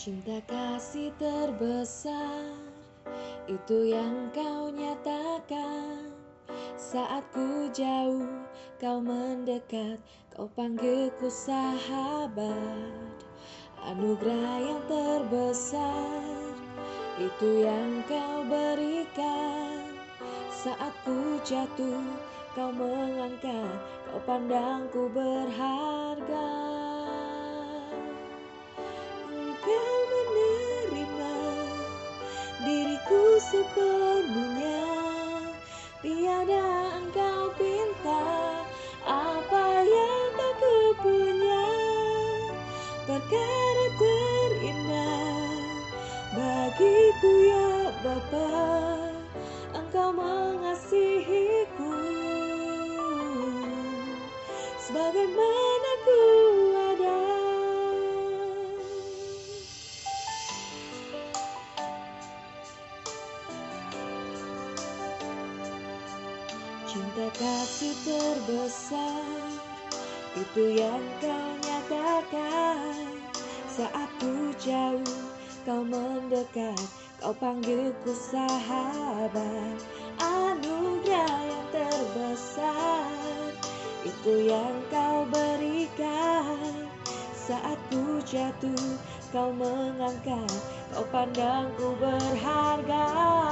Cinta kasih terbesar, itu yang kau nyatakan. Saat ku jauh, kau mendekat, kau panggilku sahabat. Anugerah yang terbesar, itu yang kau berikan. Saat ku jatuh, kau mengangkat, kau pandangku berharga. Engkau menerima diriku sepenuhnya, tiada engkau pinta apa yang tak kupunya. Perkara terindah bagiku ya Bapa, engkau mengasihiku sebagaimana ku ada. Cinta kasih terbesar, itu yang kau nyatakan. Saat ku jauh, kau mendekat, kau panggilku sahabat. Anugerah yang terbesar, itu yang kau berikan. Saat ku jatuh, kau mengangkat, kau pandangku berharga.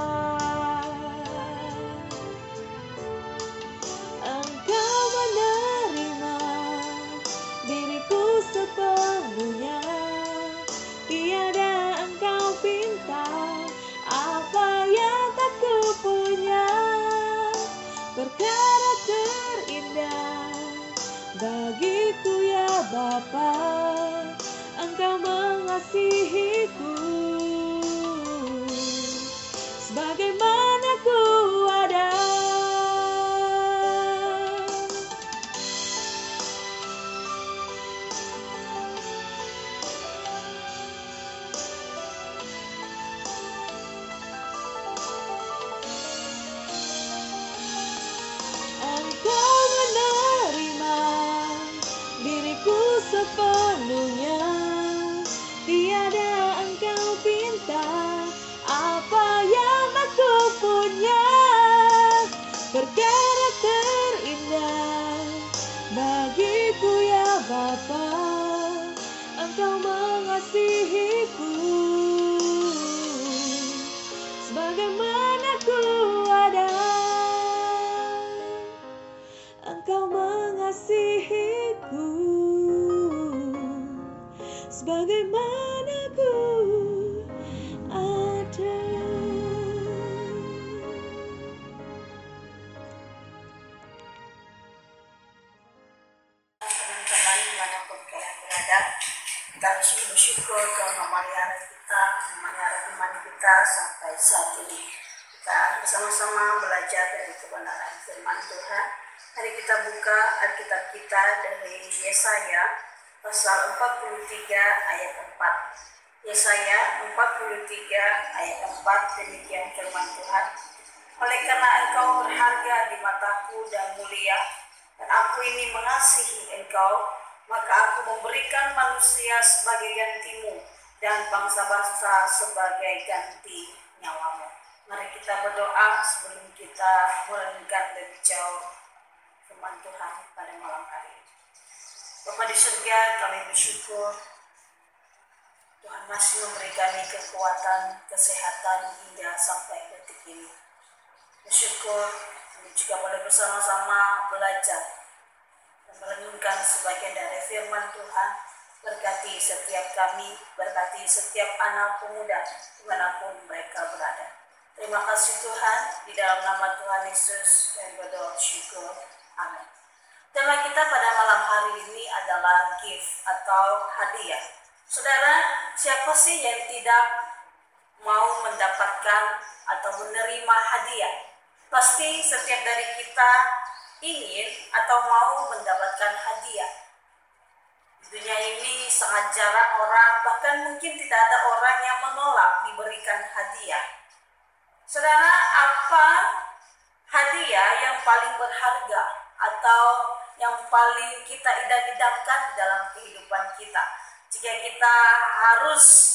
Engkau menerima diriku sepenuhnya, tiada engkau pinta apa yang tak kupunya. Perkara terindah bagiku ya Bapa, engkau mengasihiku sebagaimana ku ada. Engkau menerima diriku sepenuhnya, tiada engkau pinta apa yang aku punya. Perkara terindah bagiku ya Bapa, engkau mengasihiku sebagaimana ku ada. Engkau mengasihiku sebagaimana ku ada. Teman-teman dimanapun kalian berada, kita harus bersyukur Tuhan memelihara kita, memelihara iman kita sampai saat ini. Kita bersama-sama belajar dari kebenaran firman Tuhan. Hari kita buka Alkitab kita dari Yesaya pasal 43 ayat 4. Yesaya 43 ayat 4, demikian firman Tuhan. Oleh karena engkau berharga di mataku dan mulia, dan aku ini mengasihi engkau, maka aku memberikan manusia sebagai gantimu dan bangsa-bangsa sebagai ganti nyawamu. Mari kita berdoa sebelum kita merenungkan lebih jauh firman Tuhan pada malam hari ini. Bapa di surga, kami bersyukur Tuhan masih memberi kami kekuatan, kesehatan hingga sampai detik ini. Bersyukur kami juga boleh bersama-sama belajar dan merenungkan sebagian dari firman Tuhan. Berkati setiap kami, berkati setiap anak pemuda dimanapun mereka berada. Terima kasih Tuhan, di dalam nama Tuhan Yesus kami berdoa syukur. Amin. Tema kita pada malam hari ini adalah gift atau hadiah. Saudara, siapa sih yang tidak mau mendapatkan atau menerima hadiah? Pasti setiap dari kita ingin atau mau mendapatkan hadiah. Di dunia ini sangat jarang orang, bahkan mungkin tidak ada orang yang menolak diberikan hadiah. Saudara, apa hadiah yang paling berharga atau yang paling kita idam-idamkan dalam kehidupan kita? Jika kita harus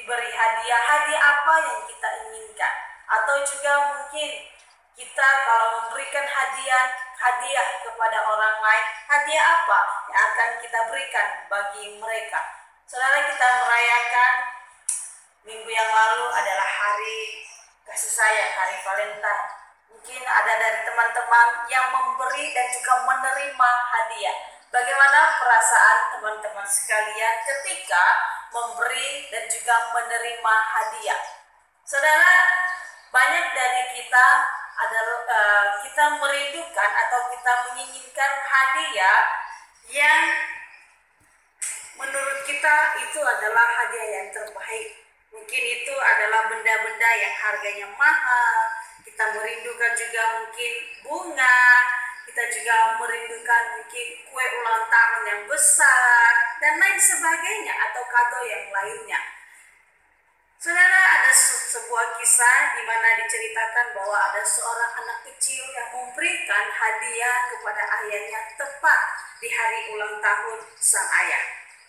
diberi hadiah, hadiah apa yang kita inginkan. Atau juga mungkin kita kalau memberikan hadiah kepada orang lain, hadiah apa yang akan kita berikan bagi mereka. Saudara, kita merayakan minggu yang lalu adalah hari kasih sayang, hari Valentine. Mungkin ada dari teman-teman yang memberi dan juga menerima hadiah. Bagaimana perasaan teman-teman sekalian ketika memberi dan juga menerima hadiah? Saudara, banyak dari kita adalah kita merindukan atau kita menginginkan hadiah yang menurut kita itu adalah hadiah yang terbaik. Mungkin itu adalah benda-benda yang harganya mahal. Kita merindukan juga mungkin bunga. Kita juga merindukan mungkin kue ulang tahun yang besar dan lain sebagainya, atau kado yang lainnya. Saudara, ada sebuah kisah di mana diceritakan bahwa ada seorang anak kecil yang memberikan hadiah kepada ayahnya tepat di hari ulang tahun sang ayah.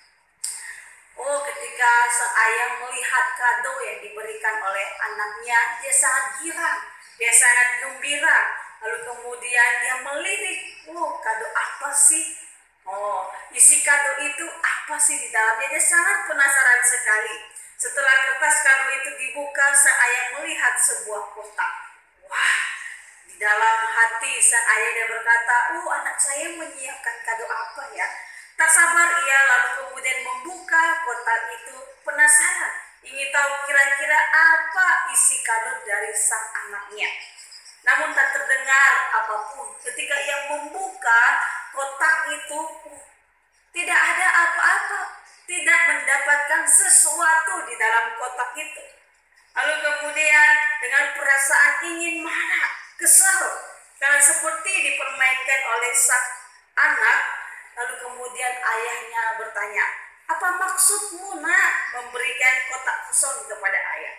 Ketika sang ayah melihat kado yang diberikan oleh anaknya, dia sangat girang, dia sangat gembira. Lalu kemudian dia melirik, kado apa sih? Isi kado itu apa sih di dalamnya? Dia sangat penasaran sekali. Setelah kertas kado itu dibuka, sang ayah melihat sebuah kotak. Wah, di dalam hati sang ayah dia berkata, anak saya menyiapkan kado apa ya? Tak sabar ia lalu kemudian membuka kotak itu, penasaran, ingin tahu kira-kira apa isi kado dari sang anaknya. Namun tak terdengar apapun. Ketika ia membuka kotak itu, tidak ada apa-apa, tidak mendapatkan sesuatu di dalam kotak itu. Lalu kemudian dengan perasaan ingin marah, kesal, karena seperti dipermainkan oleh sang anak. Lalu kemudian ayahnya bertanya, apa maksudmu nak memberikan kotak kosong kepada ayah?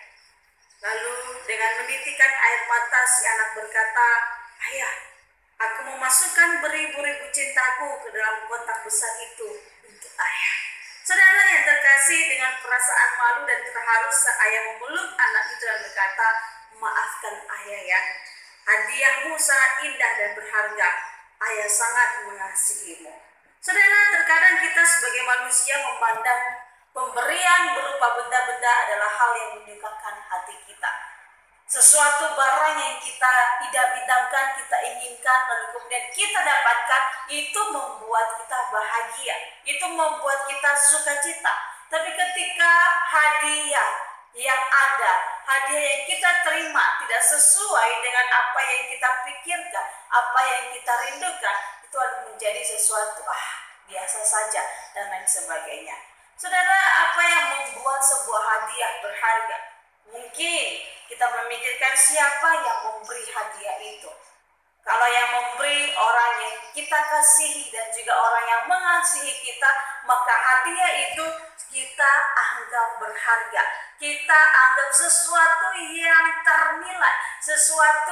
Lalu dengan menitikkan air mata si anak berkata, ayah, aku memasukkan beribu-ribu cintaku ke dalam kotak besar itu untuk ayah. Saudara yang terkasih, dengan perasaan malu dan terharu sang ayah memeluk anak itu dan berkata, maafkan ayah ya, hadiahmu sangat indah dan berharga, ayah sangat mengasihimu. Saudara, terkadang kita sebagai manusia memandang pemberian berupa benda-benda adalah hal yang menyukakan hati kita. Sesuatu barang yang kita idam-idamkan, kita inginkan, lalu kemudian kita dapatkan, itu membuat kita bahagia, itu membuat kita sukacita. Tapi ketika hadiah yang ada, hadiah yang kita terima tidak sesuai dengan apa yang kita pikirkan, apa yang kita rindukan, itu akan menjadi sesuatu biasa saja dan lain sebagainya. Saudara, apa yang membuat sebuah hadiah berharga? Mungkin kita memikirkan siapa yang memberi hadiah itu. Kalau yang memberi orang yang kita kasihi dan juga orang yang mengasihi kita, maka hadiah itu kita anggap berharga. Kita anggap sesuatu yang ternilai, sesuatu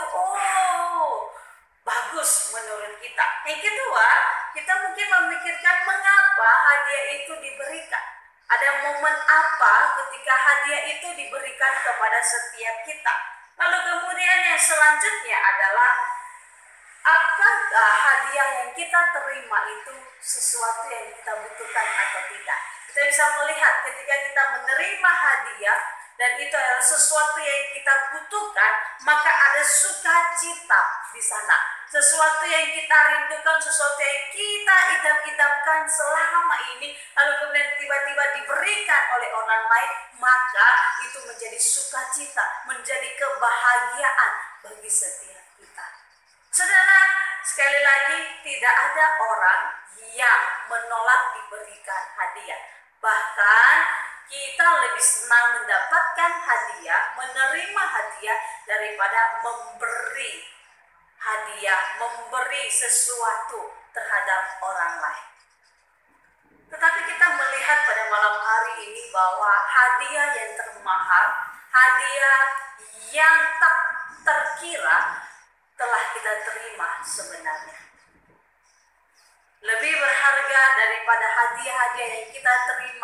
bagus menurut kita. Yang kedua, kita mungkin memikirkan mengapa hadiah itu diberikan. Ada momen apa ketika hadiah itu diberikan kepada setiap kita. Lalu kemudian yang selanjutnya adalah, apakah hadiah yang kita terima itu sesuatu yang kita butuhkan atau tidak. Kita bisa melihat ketika kita menerima hadiah dan itu adalah sesuatu yang kita butuhkan, maka ada sukacita di sana. Sesuatu yang kita rindukan, sesuatu yang kita idam-idamkan selama ini, lalu kemudian tiba-tiba diberikan oleh orang lain, maka itu menjadi sukacita, menjadi kebahagiaan bagi setiap kita. Saudara, sekali lagi, tidak ada orang yang menolak diberikan hadiah. Bahkan kita lebih senang mendapatkan hadiah, menerima hadiah daripada memberi hadiah, memberi sesuatu terhadap orang lain. Tetapi kita melihat pada malam hari ini bahwa hadiah yang termahal, hadiah yang tak terkira telah kita terima sebenarnya. Lebih berharga daripada hadiah-hadiah yang kita terima,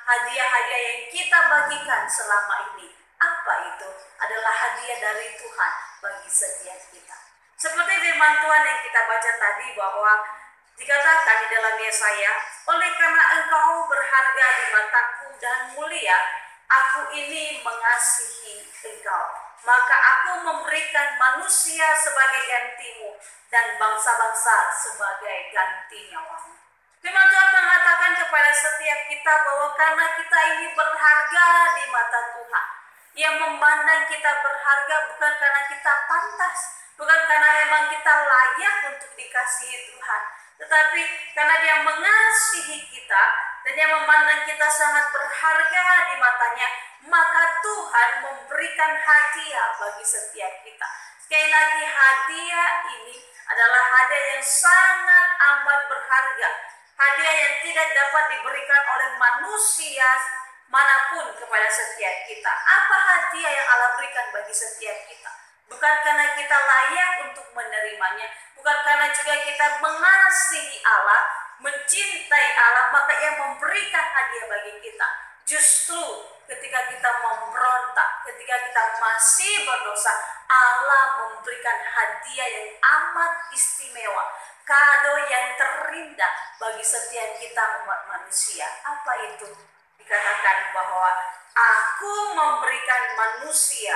hadiah-hadiah yang kita bagikan selama ini. Apa itu? Adalah hadiah dari Tuhan bagi setiap kita. Seperti firman Tuhan yang kita baca tadi bahwa dikatakan di dalam Yesaya, oleh karena engkau berharga di mataku dan mulia, aku ini mengasihi engkau. Maka aku memberikan manusia sebagai gantimu dan bangsa-bangsa sebagai ganti nyawamu. Firman Tuhan mengatakan kepada setiap kita bahwa karena kita ini berharga di mata Tuhan, Ia memandang kita berharga bukan karena kita pantas, bukan karena memang kita layak untuk dikasihi Tuhan, tetapi karena Dia mengasihi kita dan Dia memandang kita sangat berharga di matanya, maka Tuhan memberikan hadiah bagi setiap kita. Sekali lagi, hadiah ini adalah hadiah yang sangat amat berharga. Hadiah yang tidak dapat diberikan oleh manusia manapun kepada setiap kita. Apa hadiah yang Allah berikan bagi setiap kita? Bukan karena kita layak untuk menerimanya, bukan karena juga kita mengasihi Allah, mencintai Allah, maka Ia memberikan hadiah bagi kita. Justru ketika kita memberontak, ketika kita masih berdosa, Allah memberikan hadiah yang amat istimewa, kado yang terindah bagi setiap kita umat manusia. Apa itu? Dikatakan bahwa aku memberikan manusia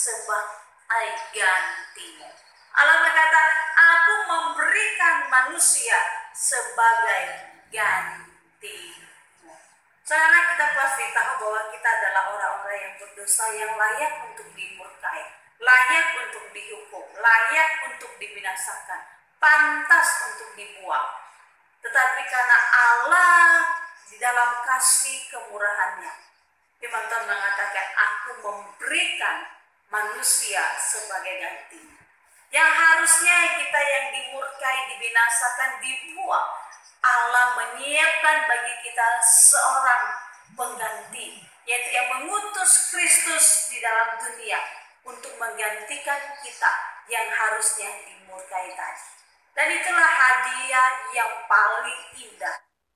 sebagai gantimu. Allah berkata, aku memberikan manusia sebagai gantimu. Saudara, kita pasti tahu bahwa kita adalah orang-orang yang berdosa, yang layak untuk dimurkai, layak untuk dihukum, layak untuk dibinasakan, pantas untuk dibuang. Tetapi karena Allah di dalam kasih kemurahannya, firman Tuhan mengatakan, aku memberikan manusia sebagai ganti. Yang harusnya kita yang dimurkai, dibinasakan, dibuang, Allah menyiapkan bagi kita seorang pengganti, yaitu yang mengutus Kristus di dalam dunia untuk menggantikan kita yang harusnya dimurkai tadi. Dan itulah hadiah yang paling indah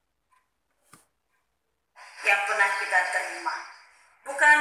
yang pernah kita terima. Bukan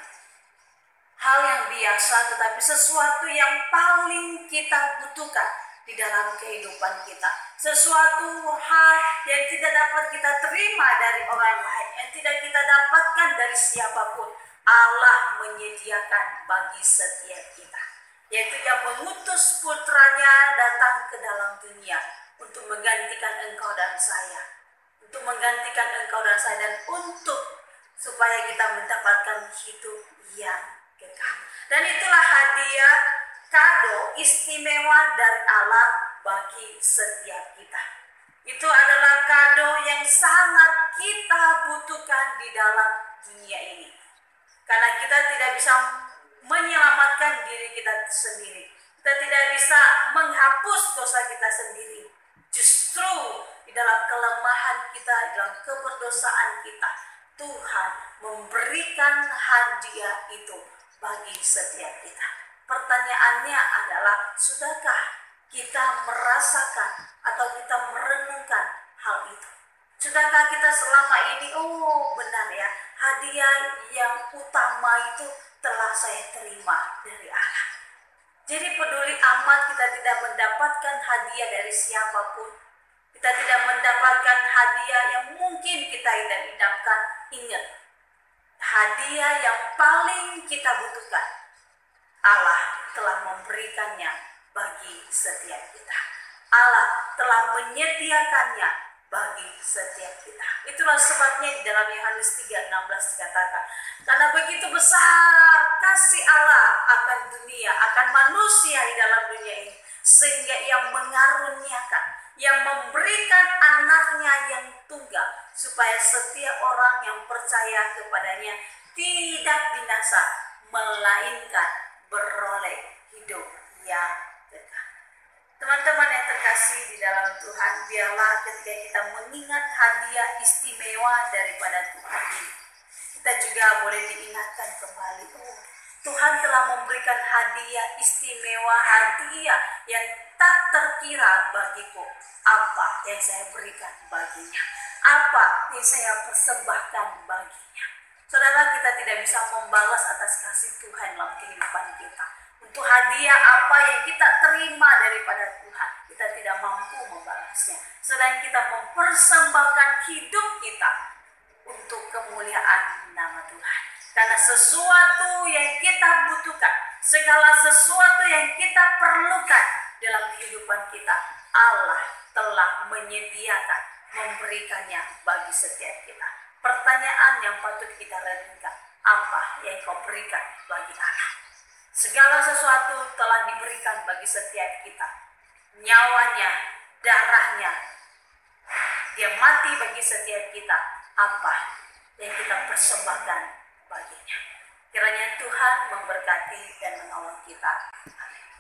hal yang biasa, tetapi sesuatu yang paling kita butuhkan di dalam kehidupan kita. Sesuatu hal yang tidak dapat kita terima dari orang lain, yang tidak kita dapatkan dari siapapun. Allah menyediakan bagi setiap kita, yaitu yang mengutus putranya datang ke dalam dunia untuk menggantikan engkau dan saya, untuk menggantikan engkau dan saya, dan untuk supaya kita mendapatkan hidup yang kekal. Dan itulah hadiah, kado istimewa dari Allah bagi setiap kita. Itu adalah kado yang sangat kita butuhkan di dalam dunia ini. Karena kita tidak bisa menyelamatkan diri kita sendiri. Kita tidak bisa menghapus dosa kita sendiri. Justru di dalam kelemahan kita, di dalam keberdosaan kita, Tuhan memberikan hadiah itu bagi setiap kita. Pertanyaannya adalah, sudahkah kita merasakan atau kita merenungkan hal itu? Sudahkah kita selama ini, benar ya, hadiah yang utama itu telah saya terima dari Allah. Jadi peduli amat kita tidak mendapatkan hadiah dari siapapun. Kita tidak mendapatkan hadiah yang mungkin kita idam-idamkan. Ingat, hadiah yang paling kita butuhkan, Allah telah memberikannya bagi setiap kita. Allah telah menyediakannya bagi setiap kita. Itulah sebabnya di dalam Yohanes 3:16 dikatakan, karena begitu besar kasih Allah akan dunia, akan manusia di dalam dunia ini, sehingga Ia mengaruniakan, Ia memberikan anaknya yang tunggal, supaya setiap orang yang percaya kepadanya tidak binasa, melainkan beroleh hidup yang kekal. Teman-teman yang terkasih di dalam Tuhan, biarlah ketika kita mengingat hadiah istimewa daripada Tuhan ini, kita juga boleh diingatkan kembali, Tuhan telah memberikan hadiah istimewa, hadiah yang tak terkira bagiku. Apa yang saya berikan baginya? Apa yang saya persembahkan baginya? Saudara, kita tidak bisa membalas atas kasih Tuhan dalam kehidupan kita. Untuk hadiah apa yang kita terima daripada Tuhan, kita tidak mampu membalasnya. Sedang kita mempersembahkan hidup kita untuk kemuliaan nama Tuhan. Karena sesuatu yang kita butuhkan, segala sesuatu yang kita perlukan dalam kehidupan kita, Allah telah menyediakan, memberikannya bagi setiap kita. Pertanyaan yang patut kita renungkan, apa yang kau berikan bagi Allah? Segala sesuatu telah diberikan bagi setiap kita. Nyawanya, darahnya, dia mati bagi setiap kita. Apa yang kita persembahkan baginya? Kiranya Tuhan memberkati dan menolong kita. Amin.